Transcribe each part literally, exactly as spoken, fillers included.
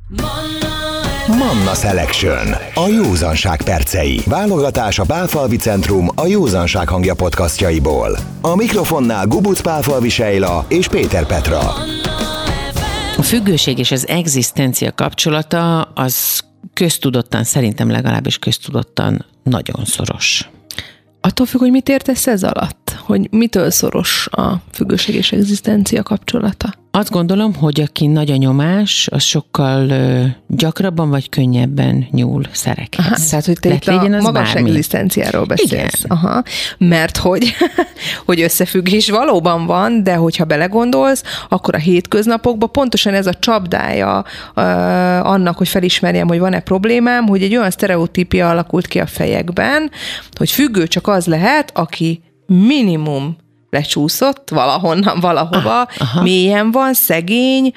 Manna Selection. A józanság percei. Válogatás a Pálfalvi Centrum a Józanság hangja podcastjaiból. A mikrofonnál Gubuc Pálfalvi Sejla és Péter Petra. A függőség és az egzisztencia kapcsolata az köztudottan, szerintem legalábbis köztudottan nagyon szoros. Attól függ, hogy mit értesz ez alatt? Hogy mitől szoros a függőség és egzisztencia kapcsolata? Azt gondolom, hogy aki nagy a nyomás, az sokkal ö, gyakrabban vagy könnyebben nyúl szerekhez. Aha, tehát, hogy te itt a magas bármi. Egzisztenciáról beszélsz. Igen. Aha. Mert hogy, hogy összefüggés valóban van, de hogyha belegondolsz, akkor a hétköznapokban pontosan ez a csapdája uh, annak, hogy felismerjem, hogy van-e problémám, hogy egy olyan sztereotípia alakult ki a fejekben, hogy függő csak az lehet, aki minimum lecsúszott valahonnan, valahova, ah, mélyen van, szegény,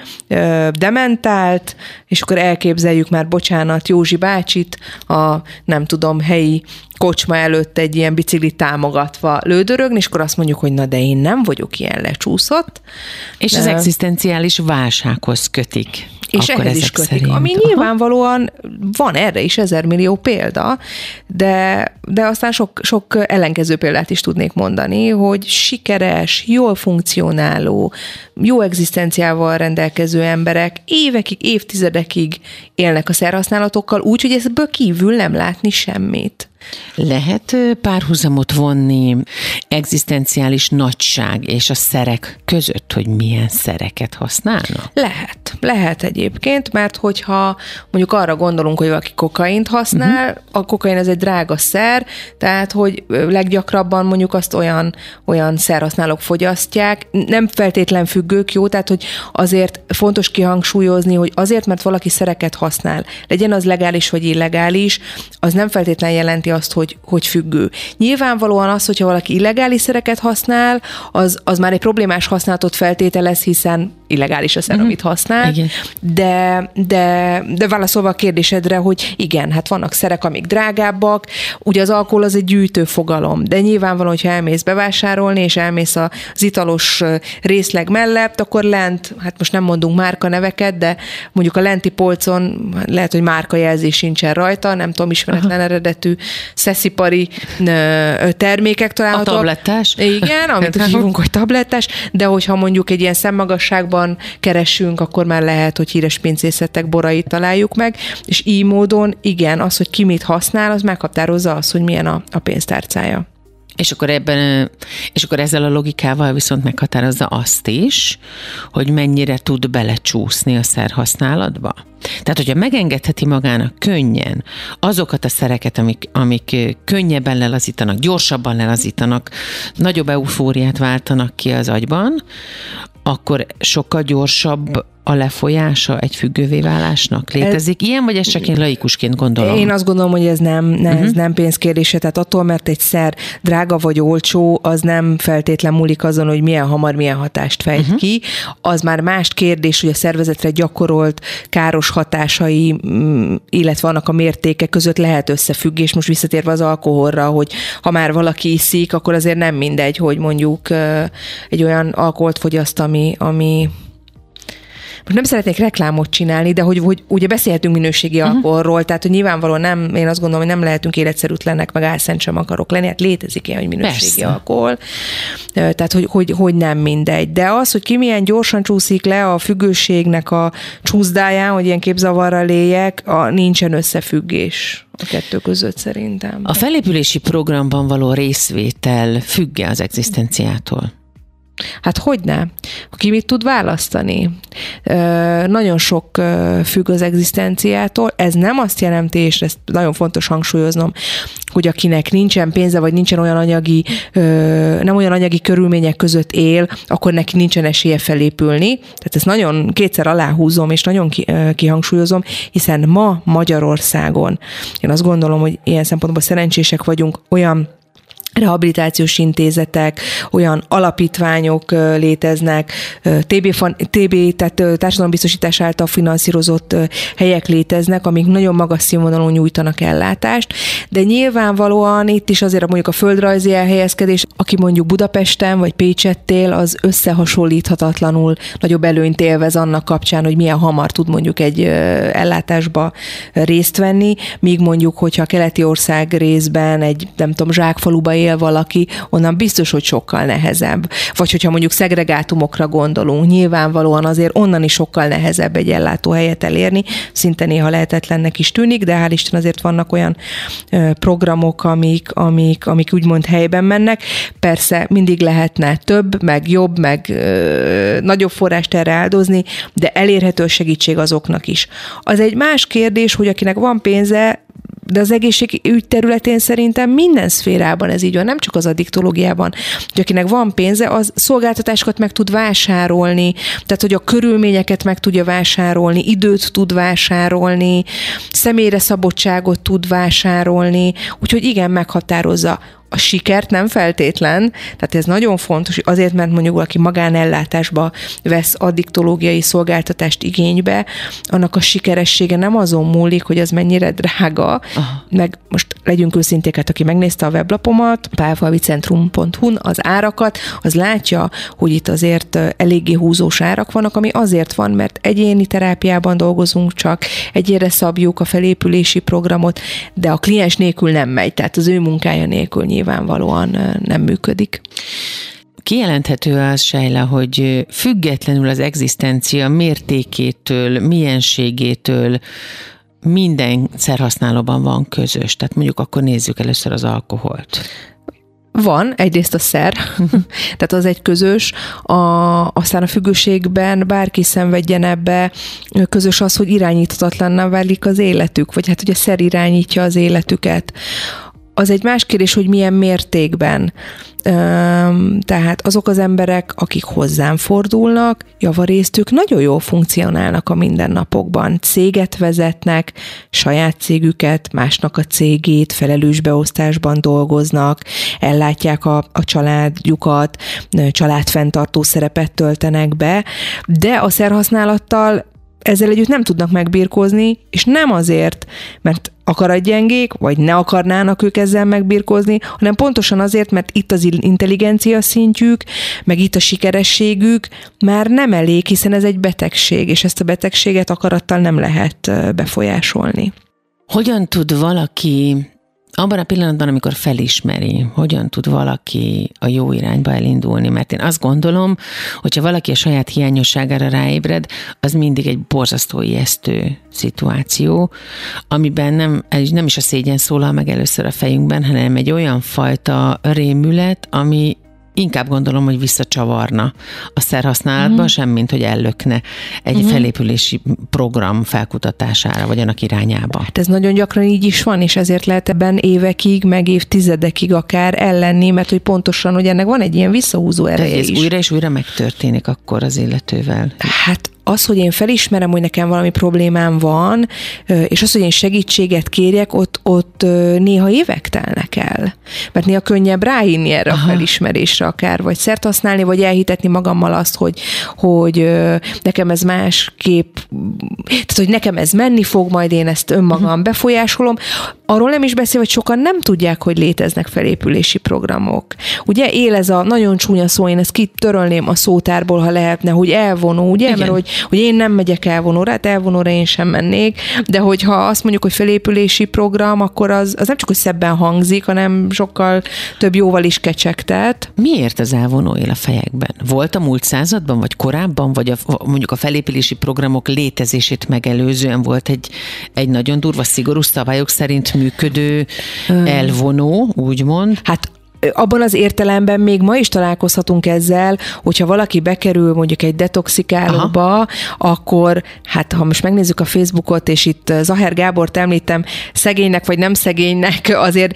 dementált, és akkor elképzeljük már, bocsánat, Józsi bácsit a, nem tudom, helyi kocsma előtt egy ilyen biciklit támogatva lődörögni, és akkor azt mondjuk, hogy na de én nem vagyok ilyen lecsúszott. És de... az egzisztenciális válsághoz kötik. És ehhez is kötik, szerint. Ami Aha. nyilvánvalóan van erre is ezermillió példa, de, de aztán sok, sok ellenkező példát is tudnék mondani, hogy sikeres, jól funkcionáló, jó egzisztenciával rendelkező emberek évekig, évtizedekig élnek a szerhasználatokkal úgy, hogy ebből kívül nem látni semmit. Lehet párhuzamot vonni egzisztenciális nagyság és a szerek között, hogy milyen szereket használnak? Lehet. Lehet egyébként, mert hogyha mondjuk arra gondolunk, hogy valaki kokaint használ, uh-huh. a kokain ez egy drága szer, tehát hogy leggyakrabban mondjuk azt olyan, olyan szerhasználók fogyasztják, nem feltétlen függők, jó, tehát hogy azért fontos kihangsúlyozni, hogy azért, mert valaki szereket használ, legyen az legális vagy illegális, az nem feltétlen jelenti azt, hogy, hogy függő. Nyilvánvalóan az, hogyha valaki illegális szereket használ, az, az már egy problémás használatot feltételez, hiszen illegális a szer, mm-hmm. amit használ. De, de, de válaszolva a kérdésedre, hogy igen, hát vannak szerek, amik drágábbak, ugye az alkohol az egy gyűjtő fogalom, de nyilvánvalóan, hogyha elmész bevásárolni, és elmész az italos részleg mellett, akkor lent, hát most nem mondunk márkaneveket, de mondjuk a lenti polcon lehet, hogy márkajelzés sincsen rajta, nem tudom, ismeretlen Aha. eredetű szeszipari termékek találhatók. A tablettás? Igen, amit hívunk, hogy tablettás, de hogyha mondjuk egy ilyen szemmagasságban keresünk, akkor már lehet, hogy híres pincészetek borait találjuk meg, és így módon igen, az, hogy ki mit használ, az meghatározza azt, hogy milyen a, a pénztárcája. És akkor ebben, és akkor ezzel a logikával viszont meghatározza azt is, hogy mennyire tud belecsúszni a szerhasználatba. Tehát, hogyha megengedheti magának könnyen azokat a szereket, amik, amik könnyebben lelazítanak, gyorsabban lelazítanak, nagyobb eufóriát váltanak ki az agyban, akkor sokkal gyorsabb a lefolyása egy függővé válásnak? Létezik ez, ilyen, vagy ezt csak én laikusként gondolom? Én azt gondolom, hogy ez nem, nem, uh-huh. ez nem pénzkérdése, tehát attól, mert egy szer drága vagy olcsó, az nem feltétlen múlik azon, hogy milyen hamar, milyen hatást fejt uh-huh. ki. Az már más kérdés, hogy a szervezetre gyakorolt káros hatásai, illetve annak a mértéke között lehet összefüggés. Most visszatérve az alkoholra, hogy ha már valaki iszik, akkor azért nem mindegy, hogy mondjuk egy olyan alkoholt fogyaszt, ami, ami most nem szeretnék reklámot csinálni, de hogy, hogy ugye beszélhetünk minőségi uh-huh. alkoholról, tehát hogy nyilvánvalóan nem, én azt gondolom, hogy nem lehetünk életszerűtlenek, meg álszent sem akarok lenni, hát létezik ilyen, hogy minőségi Persze. alkohol, tehát hogy, hogy, hogy nem mindegy. De az, hogy ki milyen gyorsan csúszik le a függőségnek a csúszdáján, hogy ilyen képzavarral éljek, a, nincsen összefüggés a kettő között szerintem. A felépülési programban való részvétel függ-e az egzisztenciától? Hát hogyne? Ki mit tud választani? Ö, nagyon sok ö, függ az egzisztenciától. Ez nem azt jelenti, és ezt nagyon fontos hangsúlyoznom, hogy akinek nincsen pénze, vagy nincsen olyan anyagi, ö, nem olyan anyagi körülmények között él, akkor neki nincsen esélye felépülni. Tehát ezt nagyon kétszer aláhúzom, és nagyon ki, ö, kihangsúlyozom, hiszen ma Magyarországon, én azt gondolom, hogy ilyen szempontból szerencsések vagyunk, olyan rehabilitációs intézetek, olyan alapítványok léteznek, té bé, té bé, tehát társadalombiztosítás által finanszírozott helyek léteznek, amik nagyon magas színvonalon nyújtanak ellátást, de nyilvánvalóan itt is azért mondjuk a földrajzi elhelyezkedés, aki mondjuk Budapesten vagy Pécsettél, az összehasonlíthatatlanul nagyobb előnyt élvez annak kapcsán, hogy milyen hamar tud mondjuk egy ellátásba részt venni, míg mondjuk, hogyha a keleti ország részben egy, nem tudom, zsákfaluba él valaki, onnan biztos, hogy sokkal nehezebb. Vagy hogyha mondjuk szegregátumokra gondolunk, nyilvánvalóan azért onnan is sokkal nehezebb egy ellátóhelyet elérni, szinte néha lehetetlennek is tűnik, de hál' Isten azért vannak olyan programok, amik, amik, amik úgymond helyben mennek. Persze mindig lehetne több, meg jobb, meg ö, nagyobb forrást erre áldozni, de elérhető segítség azoknak is. Az egy más kérdés, hogy akinek van pénze, de az egészségügy területén szerintem minden szférában ez így van, nem csak az addiktológiában, hogy akinek van pénze, az szolgáltatásokat meg tud vásárolni, tehát hogy a körülményeket meg tudja vásárolni, időt tud vásárolni, személyre szabottságot tud vásárolni, úgyhogy igen, meghatározza. A sikert nem feltétlen, tehát ez nagyon fontos, azért, mert mondjuk valaki magánellátásba vesz addiktológiai szolgáltatást igénybe, annak a sikeressége nem azon múlik, hogy az mennyire drága, aha. Meg most legyünk őszinték, hát aki megnézte a weblapomat, pálfalvicentrum pont hu-n az árakat, az látja, hogy itt azért eléggé húzós árak vannak, ami azért van, mert egyéni terápiában dolgozunk csak, egyére szabjuk a felépülési programot, de a kliens nélkül nem megy, tehát az ő munkája nélkül nyilvánvalóan nem működik. Kijelenthető az, Sejla, hogy függetlenül az egzisztencia mértékétől, mienségétől minden szerhasználóban van közös. Tehát mondjuk akkor nézzük először az alkoholt. Van, egyrészt a szer, tehát az egy közös, a, aztán a függőségben bárki szenvedjen ebbe, közös az, hogy irányíthatatlanná válik az életük, vagy hát ugye szer irányítja az életüket. Az egy más kérdés, hogy milyen mértékben. Tehát azok az emberek, akik hozzám fordulnak, javarésztük nagyon jól funkcionálnak a mindennapokban. Céget vezetnek, saját cégüket, másnak a cégét, felelős beosztásban dolgoznak, ellátják a, a családjukat, családfenntartó szerepet töltenek be, de a szerhasználattal ezzel együtt nem tudnak megbirkózni, és nem azért, mert akaratgyengék, vagy ne akarnának ők ezzel megbirkózni, hanem pontosan azért, mert itt az intelligencia szintjük, meg itt a sikerességük már nem elég, hiszen ez egy betegség, és ezt a betegséget akarattal nem lehet befolyásolni. Hogyan tud valaki abban a pillanatban, amikor felismeri, hogyan tud valaki a jó irányba elindulni? Mert én azt gondolom, hogyha valaki a saját hiányosságára ráébred, az mindig egy borzasztó ijesztő szituáció, amiben nem, nem is a szégyen szólal meg először a fejünkben, hanem egy olyan fajta rémület, ami inkább gondolom, hogy visszacsavarna a szerhasználatba, uh-huh. semmint, hogy ellökne egy uh-huh. felépülési program felkutatására, vagy annak irányába. Hát ez nagyon gyakran így is van, és ezért lehet ebben évekig, meg évtizedekig akár ellenni, mert hogy pontosan, hogy ennek van egy ilyen visszahúzó ereje is. Ez újra és újra megtörténik akkor az illetővel. Hát az, hogy én felismerem, hogy nekem valami problémám van, és az, hogy én segítséget kérjek, ott, ott néha évek telnek el. Mert néha könnyebb ráhinni erre Aha. a felismerésre akár, vagy szert használni, vagy elhitetni magammal azt, hogy, hogy nekem ez másképp, tehát, hogy nekem ez menni fog, majd én ezt önmagam uh-huh. befolyásolom. Arról nem is beszél, hogy sokan nem tudják, hogy léteznek felépülési programok. Ugye él ez a nagyon csúnya szó, én ezt kitörölném a szótárból, ha lehetne, hogy elvonó, ugye? Igen. Mert hogy, hogy én nem megyek elvonóra, hát elvonóra én sem mennék, de hogyha azt mondjuk, hogy felépülési program, akkor az, az nem csak, hogy szebben hangzik, hanem sokkal több jóval is kecsegtet. Miért az elvonó él a fejekben? Volt a múlt században, vagy korábban, vagy a, mondjuk a felépülési programok létezését megelőzően volt egy, egy nagyon durva, szigorú szabályok szerint működő elvonó, úgymond? Hát abban az értelemben még ma is találkozhatunk ezzel, hogyha valaki bekerül mondjuk egy detoxikálóba, Aha. akkor hát ha most megnézzük a Facebookot, és itt Zaher Gábort említem, szegénynek vagy nem szegénynek, azért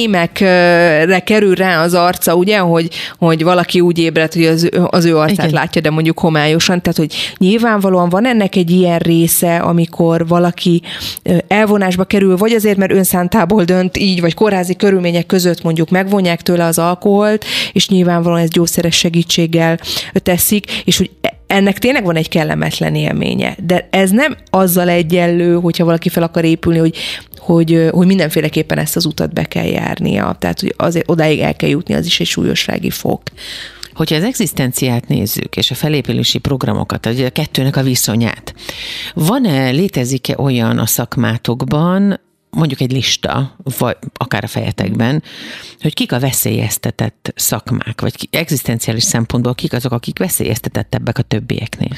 mémekre kerül rá az arca, ugye, hogy, hogy valaki úgy ébred, hogy az, az ő arcát Igen. látja, de mondjuk homályosan, tehát hogy nyilvánvalóan van ennek egy ilyen része, amikor valaki elvonásba kerül, vagy azért, mert önszántából dönt így, vagy kórházi körülmények között mondjuk megvonják tőle az alkoholt, és nyilvánvalóan ez gyógyszeres segítséggel teszik, és hogy ennek tényleg van egy kellemetlen élménye, de ez nem azzal egyenlő, hogyha valaki fel akar épülni, hogy, hogy, hogy mindenféleképpen ezt az utat be kell járnia, tehát hogy azért odáig el kell jutni, az is egy súlyossági fok. Hogyha az egzisztenciát nézzük, és a felépülési programokat, a kettőnek a viszonyát, van-e, létezik-e olyan a szakmátokban, mondjuk egy lista, vagy akár a fejetekben, hogy kik a veszélyeztetett szakmák, vagy egzisztenciális szempontból kik azok, akik veszélyeztetettebbek a többieknél?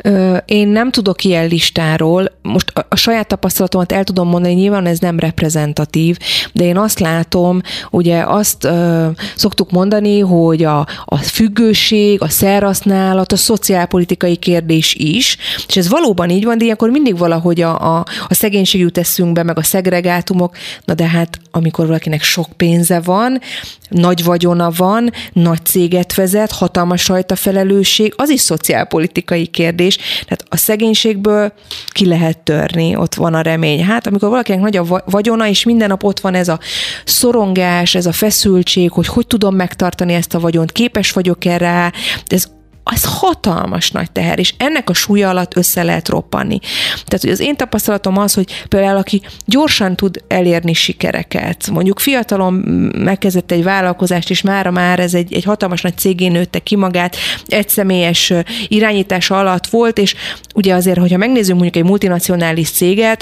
Én nem tudok ilyen listáról. Most a, a saját tapasztalatomat el tudom mondani, nyilván ez nem reprezentatív, de én azt látom, ugye azt ö, szoktuk mondani, hogy a, a függőség, a szerhasználat, a szociálpolitikai kérdés is, és ez valóban így van, de ilyenkor mindig valahogy a, a, a szegénység jut eszünkbe, meg a szegregátumok, na de hát amikor valakinek sok pénze van, nagy vagyona van, nagy céget vezet, hatalmas rajta felelősség, az is szociálpolitikai kérdés. Tehát a szegénységből ki lehet törni, ott van a remény. Hát amikor valakinek nagy a vagyona, és minden nap ott van ez a szorongás, ez a feszültség, hogy hogy tudom megtartani ezt a vagyont, képes vagyok-e rá, ez az hatalmas nagy teher, és ennek a súlya alatt össze lehet roppanni. Tehát, hogy az én tapasztalatom az, hogy például aki gyorsan tud elérni sikereket, mondjuk fiatalon megkezdett egy vállalkozást, és mára már ez egy, egy hatalmas nagy cégé nőtte ki magát, egyszemélyes irányítása alatt volt, és ugye azért, hogyha megnézzünk mondjuk egy multinacionális céget,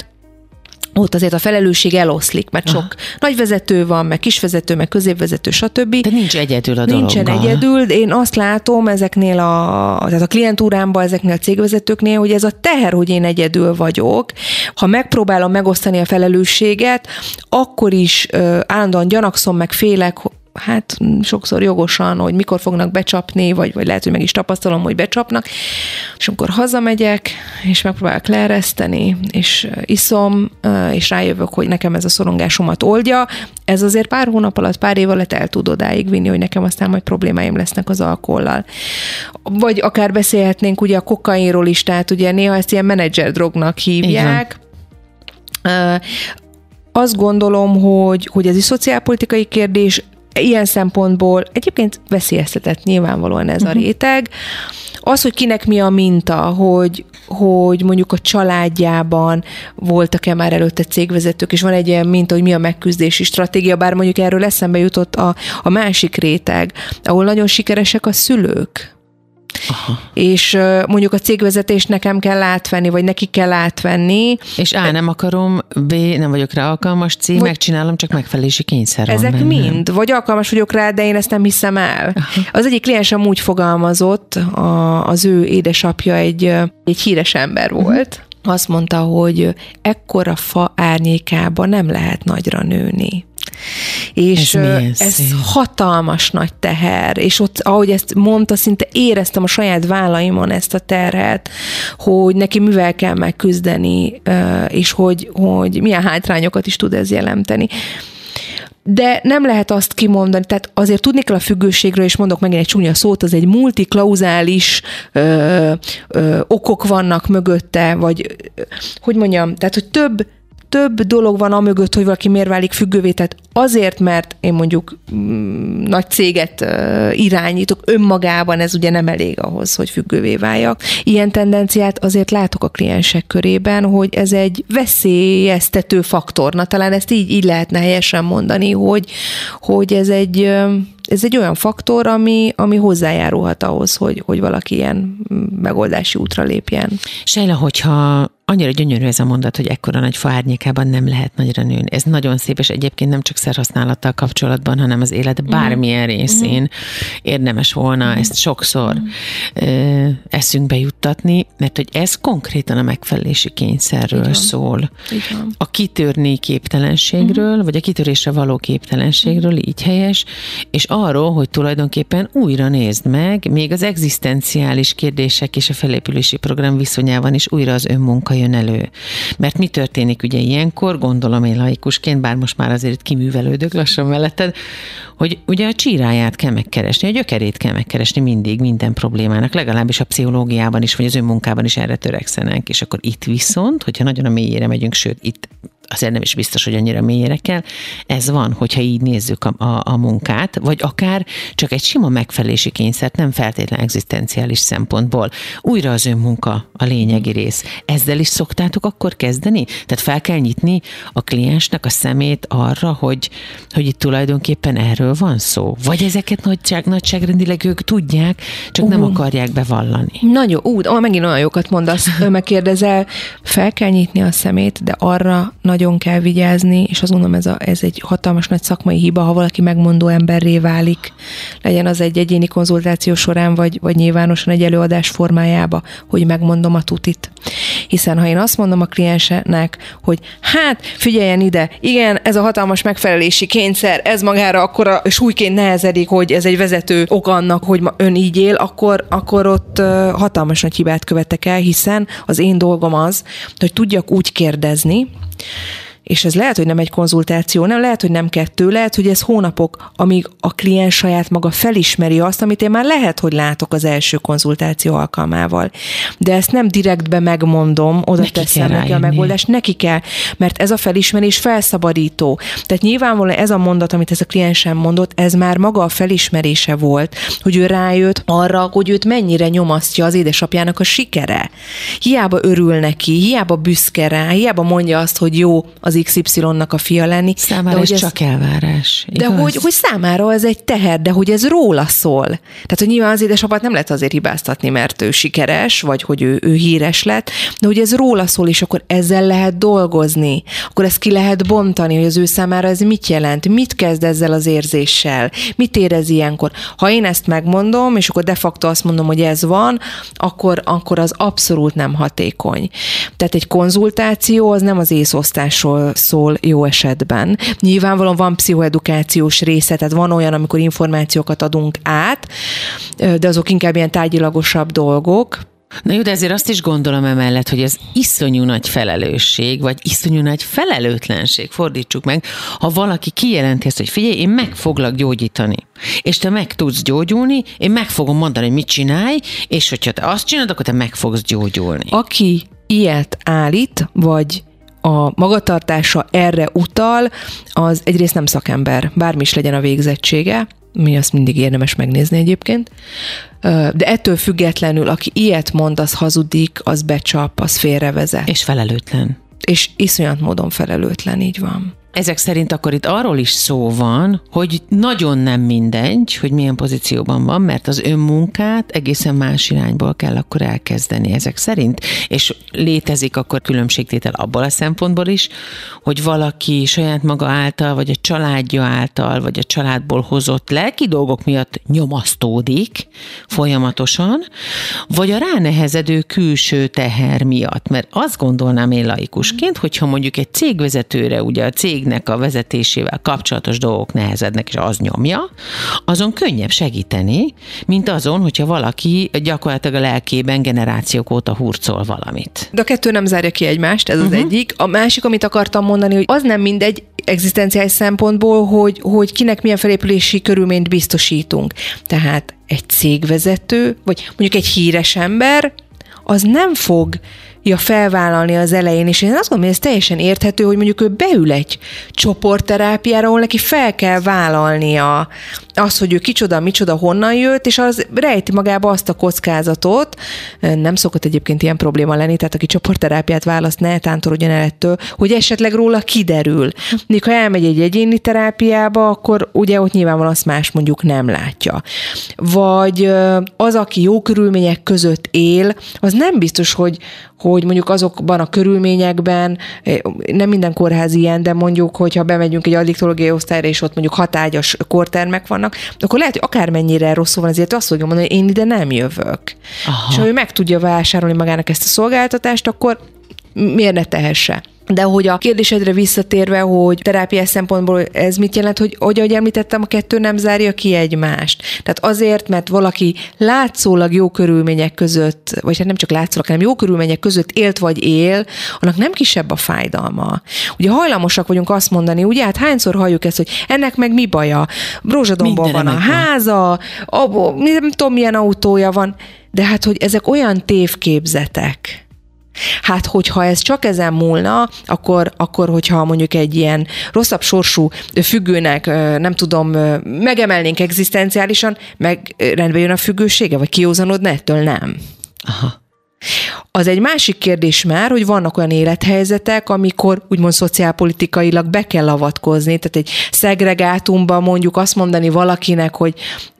ott azért a felelősség eloszlik, mert sok Aha. nagyvezető van, meg kisvezető, meg középvezető, stb. De nincs egyedül a dologgal. Nincsen egyedül, de én azt látom ezeknél a, tehát a klientúrámban, ezeknél a cégvezetőknél, hogy ez a teher, hogy én egyedül vagyok. Ha megpróbálom megosztani a felelősséget, akkor is ö, állandóan gyanakszom, meg félek, hát sokszor jogosan, hogy mikor fognak becsapni, vagy, vagy lehet, hogy meg is tapasztalom, hogy becsapnak, és amikor hazamegyek, és megpróbálok leereszteni, és iszom, és rájövök, hogy nekem ez a szorongásomat oldja, ez azért pár hónap alatt, pár év alatt el tud odáig vinni, hogy nekem aztán majd problémáim lesznek az alkohollal. Vagy akár beszélhetnénk ugye a kokainról is, tehát ugye néha ezt ilyen menedzser drognak hívják. Azt gondolom, hogy, hogy ez is szociálpolitikai kérdés, ilyen szempontból egyébként veszélyeztetett nyilvánvalóan ez uh-huh. a réteg. Az, hogy kinek mi a minta, hogy, hogy mondjuk a családjában voltak-e már előtte cégvezetők, és van egy ilyen minta, hogy mi a megküzdési stratégia, bár mondjuk erről eszembe jutott a, a másik réteg, ahol nagyon sikeresek a szülők. Aha. És mondjuk a cégvezetés nekem kell átvenni, vagy nekik kell átvenni. És A, nem akarom, B, nem vagyok rá alkalmas, C, vagy megcsinálom, csak megfelelési kényszer ezek van bennem. Mind, vagy alkalmas vagyok rá, de én ezt nem hiszem el. Aha. Az egyik kliensem úgy fogalmazott, a, az ő édesapja egy, egy híres ember volt, uh-huh. azt mondta, hogy ekkora fa árnyékában nem lehet nagyra nőni. És ez, ez hatalmas nagy teher, és ott, ahogy ezt mondta, szinte éreztem a saját vállaimon ezt a terhet, hogy neki mivel kell megküzdeni, és hogy, hogy milyen hátrányokat is tud ez jelenteni. De nem lehet azt kimondani, tehát azért tudni kell a függőségről, és mondok megint egy csúnya szót, az egy multiklauzális ö, ö, okok vannak mögötte, vagy hogy mondjam, tehát hogy több Több dolog van amögött, hogy valaki miért válik függővé, tehát azért, mert én mondjuk mm, nagy céget uh, irányítok, önmagában ez ugye nem elég ahhoz, hogy függővé váljak. Ilyen tendenciát azért látok a kliensek körében, hogy ez egy veszélyeztető faktor. Na, talán ezt így, így lehetne helyesen mondani, hogy, hogy ez egy... Ez egy olyan faktor, ami, ami hozzájárulhat ahhoz, hogy, hogy valaki ilyen megoldási útra lépjen. Sejla, hogyha annyira gyönyörű ez a mondat, hogy ekkora nagy fa árnyékában nem lehet nagyra nőni. Ez nagyon szép, és egyébként nem csak szerhasználattal kapcsolatban, hanem az élet bármilyen részén mm. érdemes volna mm. ezt sokszor mm. ö, eszünkbe juttatni, mert hogy ez konkrétan a megfelelési kényszerről Igen. szól. Igen. A kitörni képtelenségről, mm. vagy a kitörésre való képtelenségről, így helyes, és arról, hogy tulajdonképpen újra nézd meg, még az egzisztenciális kérdések és a felépülési program viszonyában is újra az önmunka jön elő. Mert mi történik ugye ilyenkor, gondolom én laikusként, bár most már azért kiművelődök lassan melletted, hogy ugye a csíráját kell megkeresni, a gyökerét kell megkeresni mindig, minden problémának, legalábbis a pszichológiában is, vagy az önmunkában is erre törekszenek. És akkor itt viszont, hogyha nagyon a mélyére megyünk, sőt, itt azért nem is biztos, hogy annyira mélyére kell. Ez van, hogyha így nézzük a, a, a munkát, vagy akár csak egy sima megfelelési kényszert, nem feltétlen egzisztenciális szempontból. Újra az önmunka a lényegi rész. Ezzel is szoktátok akkor kezdeni? Tehát fel kell nyitni a kliensnek a szemét arra, hogy, hogy itt tulajdonképpen erről van szó? Vagy ezeket nagyság, nagyságrendileg ők tudják, csak uh. nem akarják bevallani? Nagyon, ú, ó, megint olyan jókat mondasz, megkérdezel, fel kell nyitni a szemét, de arra nagyon kell vigyázni, és azt gondolom, ez, a, ez egy hatalmas nagy szakmai hiba, ha valaki megmondó emberré válik, legyen az egy egyéni konzultáció során, vagy, vagy nyilvánosan egy előadás formájába, hogy megmondom a tutit. Hiszen ha én azt mondom a kliensnek, hogy hát figyeljen ide, igen, ez a hatalmas megfelelési kényszer, ez magára akkora súlyként nehezedik, hogy ez egy vezető ok annak, hogy ön így él, akkor, akkor ott hatalmas nagy hibát követek el, hiszen az én dolgom az, hogy tudjak úgy kérdezni, és ez lehet, hogy nem egy konzultáció, nem lehet, hogy nem kettő, lehet, hogy ez hónapok, amíg a kliens saját maga felismeri azt, amit én már lehet, hogy látok az első konzultáció alkalmával. De ezt nem direktbe megmondom, oda neki teszem neki a megoldást, neki kell, mert ez a felismerés felszabadító. Tehát nyilvánvalóan ez a mondat, amit ez a kliensem mondott, ez már maga a felismerése volt, hogy ő rájött arra, hogy őt mennyire nyomasztja az édesapjának a sikere. Hiába örül neki, hiába büszke rá, hiába mondja azt, hogy jó az iksz ipszilonnak a fia lenni. Számára de, ez, ez csak elvárás. Igaz? De hogy, hogy számára ez egy teher, de hogy ez róla szól. Tehát, hogy nyilván az édesapát nem lehet azért hibáztatni, mert ő sikeres, vagy hogy ő, ő híres lett, de hogy ez róla szól, és akkor ezzel lehet dolgozni. Akkor ezt ki lehet bontani, hogy az ő számára ez mit jelent, mit kezd ezzel az érzéssel, mit érez ilyenkor. Ha én ezt megmondom, és akkor de facto azt mondom, hogy ez van, akkor, akkor az abszolút nem hatékony. Tehát egy konzultáció az nem az észosztásról szól jó esetben. Nyilvánvalóan van pszichoedukációs része, tehát van olyan, amikor információkat adunk át, de azok inkább ilyen tárgyilagosabb dolgok. Na jó, de ezért azt is gondolom emellett, hogy ez iszonyú nagy felelősség, vagy iszonyú nagy felelőtlenség, fordítsuk meg, ha valaki kijelenti ezt, hogy figyelj, én meg foglak gyógyítani, és te meg tudsz gyógyulni, én meg fogom mondani, hogy mit csinálj, és hogyha te azt csinálod, akkor te meg fogsz gyógyulni. Aki ilyet állít, vagy a magatartása erre utal, az egyrészt nem szakember, bármi is legyen a végzettsége, mi azt mindig érdemes megnézni egyébként, de ettől függetlenül, aki ilyet mond, az hazudik, az becsap, az félrevezet. És felelőtlen. És iszonyat módon felelőtlen, így van. Ezek szerint akkor itt arról is szó van, hogy nagyon nem mindegy, hogy milyen pozícióban van, mert az önmunkát egészen más irányból kell akkor elkezdeni ezek szerint, és létezik akkor különbségtétel abból a szempontból is, hogy valaki saját maga által, vagy a családja által, vagy a családból hozott lelki dolgok miatt nyomasztódik folyamatosan, vagy a ránehezedő külső teher miatt, mert azt gondolnám én laikusként, hogyha mondjuk egy cégvezetőre, ugye a cég a vezetésével kapcsolatos dolgok nehezednek, és az nyomja, azon könnyebb segíteni, mint azon, hogyha valaki gyakorlatilag a lelkében generációk óta hurcol valamit. De a kettő nem zárja ki egymást, ez uh-huh. az egyik. A másik, amit akartam mondani, hogy az nem mindegy egzisztenciális szempontból, hogy, hogy kinek milyen felépülési körülményt biztosítunk. Tehát egy cégvezető, vagy mondjuk egy híres ember, az nem fog ja, felvállalni az elején, és én azt gondolom, hogy ez teljesen érthető, hogy mondjuk ő beül egy csoportterápiára, ahol neki fel kell vállalnia az, hogy ő kicsoda, micsoda, honnan jött, és az rejti magába azt a kockázatot, nem szokott egyébként ilyen probléma lenni, tehát aki csoportterápiát választ, ne tántorodjon el ettől, hogy esetleg róla kiderül. Míg ha elmegy egy egyéni terápiába, akkor ugye ott nyilvánvalóan azt más mondjuk nem látja. Vagy az, aki jó körülmények között él, az nem biztos, hogy hogy mondjuk azokban a körülményekben, nem minden kórház ilyen, de mondjuk, hogyha bemegyünk egy addiktológiai osztályra, és ott mondjuk hatágyas kórtermek vannak, akkor lehet, hogy akármennyire rosszul van, azért azt fogja mondani, hogy én ide nem jövök. Aha. És ha ő meg tudja vásárolni magának ezt a szolgáltatást, akkor miért ne tehesse? De hogy a kérdésedre visszatérve, hogy terápiás szempontból ez mit jelent, hogy, hogy ahogy említettem, a kettő nem zárja ki egymást. Tehát azért, mert valaki látszólag jó körülmények között, vagy hát nem csak látszólag, hanem jó körülmények között élt vagy él, annak nem kisebb a fájdalma. Ugye hajlamosak vagyunk azt mondani, ugye hát hányszor halljuk ezt, hogy ennek meg mi baja? Rózsadombon van a háza, abból, nem tudom milyen autója van, de hát hogy ezek olyan tévképzetek, Hát, hogyha ez csak ezen múlna, akkor, akkor hogyha mondjuk egy ilyen rosszabb sorsú függőnek, nem tudom, megemelnénk egzisztenciálisan, meg rendbe jön a függősége, vagy kiózanodna ettől? Nem. Aha. Az egy másik kérdés már, hogy vannak olyan élethelyzetek, amikor úgymond szociálpolitikailag be kell avatkozni, tehát egy szegregátumban mondjuk azt mondani valakinek, hogy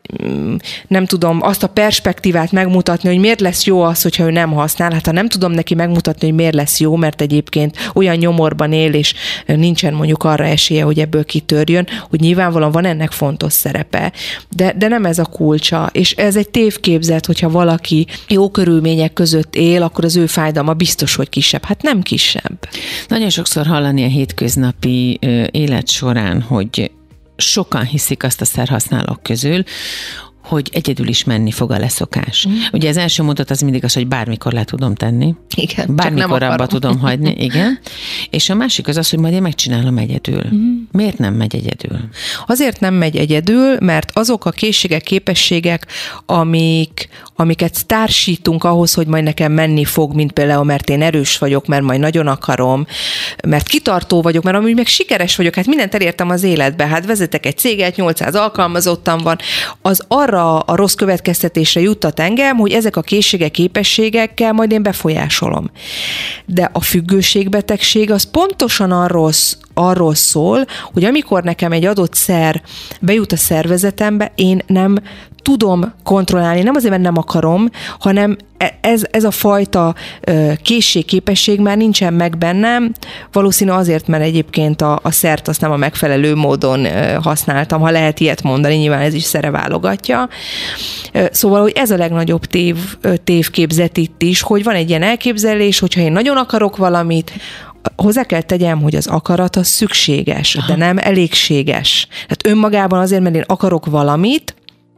nem tudom azt a perspektívát megmutatni, hogy miért lesz jó az, hogyha ő nem használ. Hát ha nem tudom neki megmutatni, hogy miért lesz jó, mert egyébként olyan nyomorban él, és nincsen mondjuk arra esélye, hogy ebből kitörjön, hogy nyilvánvalóan van ennek fontos szerepe. De, de nem ez a kulcsa. És ez egy tévképzet, hogyha valaki jó körülmények között él, akkor az ő fájdalma biztos, hogy kisebb. Hát nem kisebb. Nagyon sokszor hallani a hétköznapi élet során, hogy sokan hiszik azt a szerhasználók közül, hogy egyedül is menni fog a leszokás. Mm. Ugye az első mondat az mindig az, hogy bármikor le tudom tenni. Igen, bármikor abba tudom hagyni. Igen. És a másik az az, hogy majd én megcsinálom egyedül. Mm. Miért nem megy egyedül? Azért nem megy egyedül, mert azok a készségek, képességek, amik, amiket társítunk ahhoz, hogy majd nekem menni fog, mint például, mert én erős vagyok, mert majd nagyon akarom, mert kitartó vagyok, mert amúgy meg sikeres vagyok, hát mindent elértem az életbe, hát vezetek egy céget, nyolcszáz alkalmazottam van, az arra a rossz következtetésre juttat engem, hogy ezek a készségek, képességekkel majd én befolyásolom. De a függőségbetegség az pontosan arról, arról szól, hogy amikor nekem egy adott szer bejut a szervezetembe, én nem tudom kontrollálni, nem azért, mert nem akarom, hanem ez, ez a fajta készség, képesség már nincsen meg bennem, valószínű azért, mert egyébként a, a szert azt nem a megfelelő módon használtam, ha lehet ilyet mondani, nyilván ez is szere válogatja. Szóval, hogy ez a legnagyobb tév, tévképzet itt is, hogy van egy ilyen elképzelés, hogyha én nagyon akarok valamit, hozzá kell tegyem, hogy az akarat az szükséges, Aha. de nem elégséges. Tehát önmagában azért, mert én akarok valamit,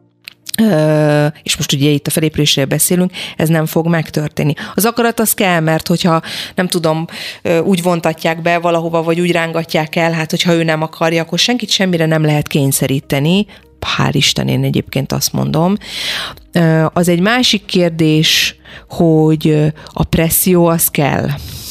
és most ugye itt a felépülésről beszélünk, ez nem fog megtörténni. Az akarat az kell, mert hogyha nem tudom, úgy vontatják be valahova, vagy úgy rángatják el, hát hogyha ő nem akarja, akkor senkit semmire nem lehet kényszeríteni. Hál' Isten, én egyébként azt mondom. Az egy másik kérdés, hogy a presszió az kell.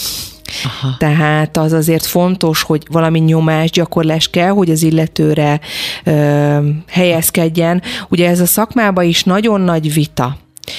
Aha. Tehát az azért fontos, hogy valami nyomásgyakorlás kell, hogy az illetőre ö, helyezkedjen. Ugye ez a szakmában is nagyon nagy vita,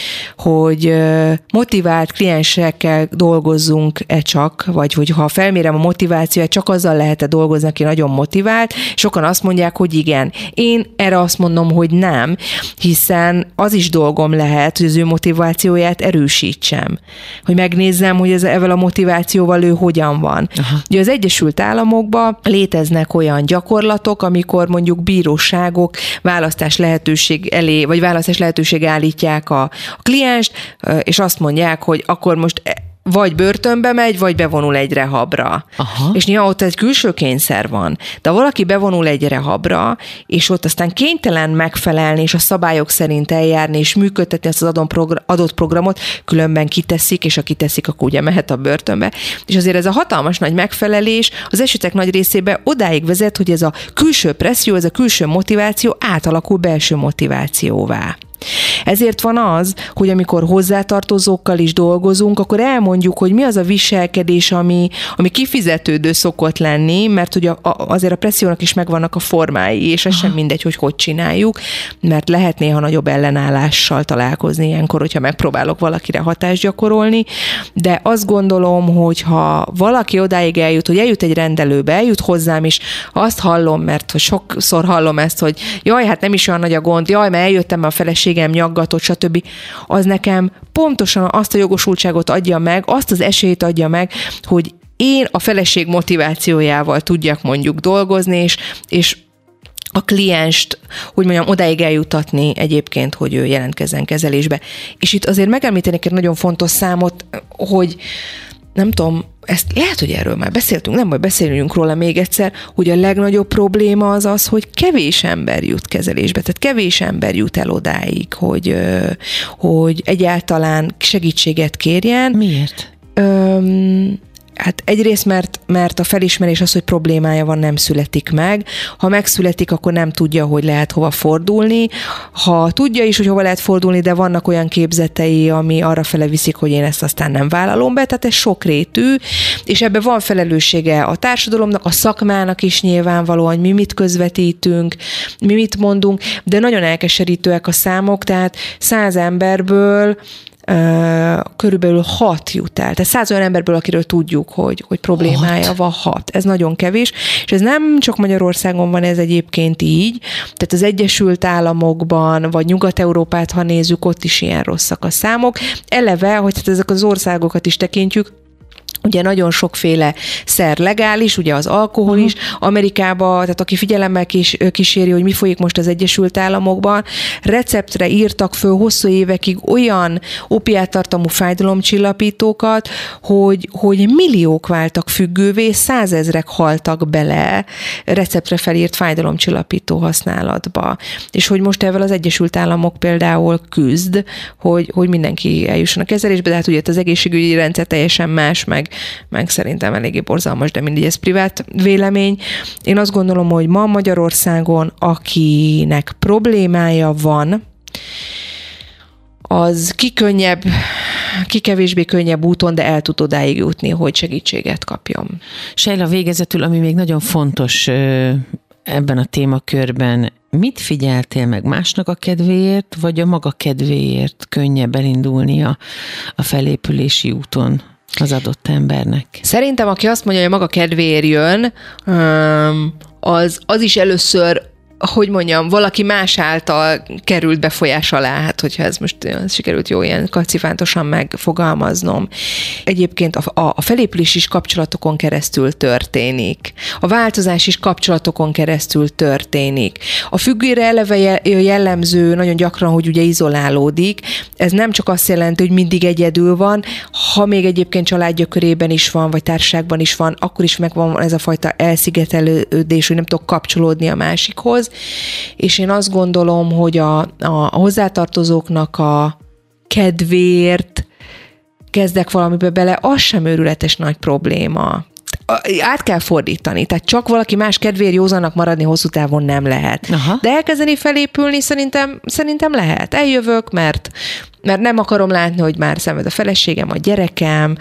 hogy motivált kliensekkel dolgozzunk-e csak, vagy hogy ha felmérem a motivációt, csak azzal lehet-e dolgozni, aki nagyon motivált. Sokan azt mondják, hogy igen. Én erre azt mondom, hogy nem, hiszen az is dolgom lehet, hogy az ő motivációját erősítsem. Hogy megnézzem, hogy ez, ezzel a motivációval ő hogyan van. Aha. Ugye az Egyesült Államokban léteznek olyan gyakorlatok, amikor mondjuk bíróságok választás lehetőség elé, vagy választás lehetőség állítják a a klienst, és azt mondják, hogy akkor most vagy börtönbe megy, vagy bevonul egy rehabra. Aha. És nyilván ott egy külső kényszer van. De ha valaki bevonul egy rehabra, és ott aztán kénytelen megfelelni, és a szabályok szerint eljárni, és működtetni azt az adott programot, különben kiteszik, és ha kiteszik, akkor ugye mehet a börtönbe. És azért ez a hatalmas nagy megfelelés az esetek nagy részében odáig vezet, hogy ez a külső presszió, ez a külső motiváció átalakul belső motivációvá. Ezért van az, hogy amikor hozzátartozókkal is dolgozunk, akkor elmondjuk, hogy mi az a viselkedés, ami, ami kifizetődő szokott lenni, mert ugye a, azért a pressziónak is megvannak a formái, és ez Aha. sem mindegy, hogy hogy csináljuk, mert lehet néha nagyobb ellenállással találkozni ilyenkor, hogyha megpróbálok valakire hatást gyakorolni, de azt gondolom, hogy ha valaki odáig eljut, hogy eljut egy rendelőbe, eljut hozzám, és azt hallom, mert sokszor hallom ezt, hogy jaj, hát nem is olyan nagy a gond, jaj, mert eljöttem, mert a feleségem nyaggatott, stb. Az nekem pontosan azt a jogosultságot adja meg, azt az esélyt adja meg, hogy én a feleség motivációjával tudjak mondjuk dolgozni, és, és a klienst, hogy mondjam, odáig eljutatni egyébként, hogy ő jelentkezzen kezelésbe. És itt azért megemlítenék egy nagyon fontos számot, hogy nem tudom, ezt lehet, hogy erről már beszéltünk, nem majd beszéljünk róla még egyszer, hogy a legnagyobb probléma az az, hogy kevés ember jut kezelésbe, tehát kevés ember jut el odáig, hogy, hogy egyáltalán segítséget kérjen. Miért? Öm, Hát egyrészt, mert, mert a felismerés az, hogy problémája van, nem születik meg. Ha megszületik, akkor nem tudja, hogy lehet hova fordulni. Ha tudja is, hogy hova lehet fordulni, de vannak olyan képzetei, ami arra fele viszik, hogy én ezt aztán nem vállalom be, tehát ez sokrétű, és ebben van felelőssége a társadalomnak, a szakmának is nyilvánvalóan, hogy mi mit közvetítünk, mi mit mondunk, de nagyon elkeserítőek a számok, tehát száz emberből Uh, körülbelül hat jut el. Tehát száz olyan emberből, akiről tudjuk, hogy, hogy problémája hat. van, hat. Ez nagyon kevés, és ez nem csak Magyarországon van, ez egyébként így. Tehát az Egyesült Államokban, vagy Nyugat-Európát, ha nézzük, ott is ilyen rosszak a számok. Eleve, hogy hát ezek az országokat is tekintjük, ugye nagyon sokféle szer legális, ugye az alkohol is, Amerikában, tehát aki figyelemmel kis, kíséri, hogy mi folyik most az Egyesült Államokban, receptre írtak föl hosszú évekig olyan opiáttartalmú fájdalomcsillapítókat, hogy, hogy milliók váltak függővé, százezrek haltak bele receptre felírt fájdalomcsillapító használatba. És hogy most ezzel az Egyesült Államok például küzd, hogy, hogy mindenki eljusson a kezelésbe, de hát ugye az egészségügyi rendszer teljesen más, meg meg szerintem eléggé borzalmas, de mindig ez privát vélemény. Én azt gondolom, hogy ma Magyarországon, akinek problémája van, az ki könnyebb, ki kevésbé könnyebb úton, de el tud odáig jutni, hogy segítséget kapjon. Sejla, végezetül, ami még nagyon fontos ebben a témakörben, mit figyeltél meg, másnak a kedvéért, vagy a maga kedvéért könnyebb elindulni a, a felépülési úton az adott embernek? Szerintem, aki azt mondja, hogy maga kedvéért jön, az, az is először, hogy mondjam, valaki más által került befolyás alá, hát hogyha ez most ez sikerült jó ilyen kacifántosan megfogalmaznom. Egyébként a, a felépülés is kapcsolatokon keresztül történik. A változás is kapcsolatokon keresztül történik. A függőre eleve jellemző nagyon gyakran, hogy ugye izolálódik. Ez nem csak azt jelenti, hogy mindig egyedül van, ha még egyébként családja körében is van, vagy társaságban is van, akkor is megvan ez a fajta elszigetelődés, hogy nem tudok kapcsolódni a másikhoz. És én azt gondolom, hogy a, a, a hozzátartozóknak a kedvéért kezdek valamibe bele, az sem őrületes nagy probléma. Át kell fordítani, tehát csak valaki más kedvéért józannak maradni hosszú távon nem lehet. Aha. De elkezdeni felépülni szerintem, szerintem lehet. Eljövök, mert, mert nem akarom látni, hogy már szenved a feleségem, a gyerekem,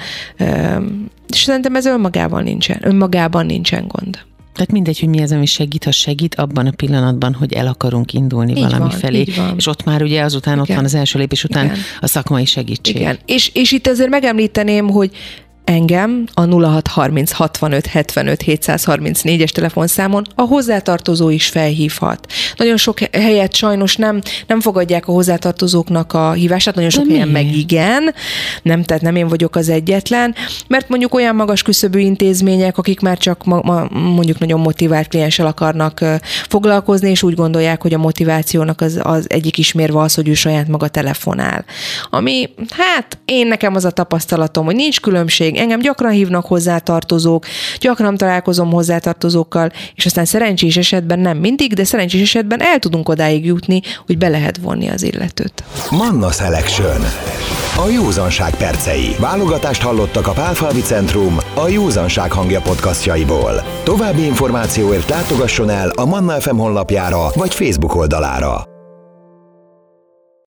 és szerintem ez önmagában nincsen, önmagában nincsen gond. Tehát mindegy, hogy mi az, ami segít, ha segít abban a pillanatban, hogy el akarunk indulni így valami van, felé. És ott már ugye azután Igen. ott van az első lépés után Igen. a szakmai segítség. Igen. És, és itt azért megemlíteném, hogy engem a nulla hat harminc hatvanöt hetvenöt hétszázharmincnégyes telefonszámon a hozzátartozó is felhívhat. Nagyon sok helyet sajnos nem, nem fogadják a hozzátartozóknak a hívását, nagyon sok De helyen meg igen, nem, tehát nem én vagyok az egyetlen, mert mondjuk olyan magas küszöbű intézmények, akik már csak ma, ma, mondjuk nagyon motivált klienssel akarnak foglalkozni, és úgy gondolják, hogy a motivációnak az, az egyik ismérve az, hogy ő saját maga telefonál. Ami, hát én nekem az a tapasztalatom, hogy nincs különbség. Engem gyakran hívnak hozzátartozók, gyakran találkozom hozzátartozókkal, és aztán szerencsés esetben, nem mindig, de szerencsés esetben el tudunk odáig jutni, hogy be lehet vonni az illetőt. Manna Selection. A józanság percei. Válogatást hallottak a Pálfalvi Centrum a Józanság hangja podcastjaiból. További információért látogasson el a Manna ef em honlapjára vagy Facebook oldalára.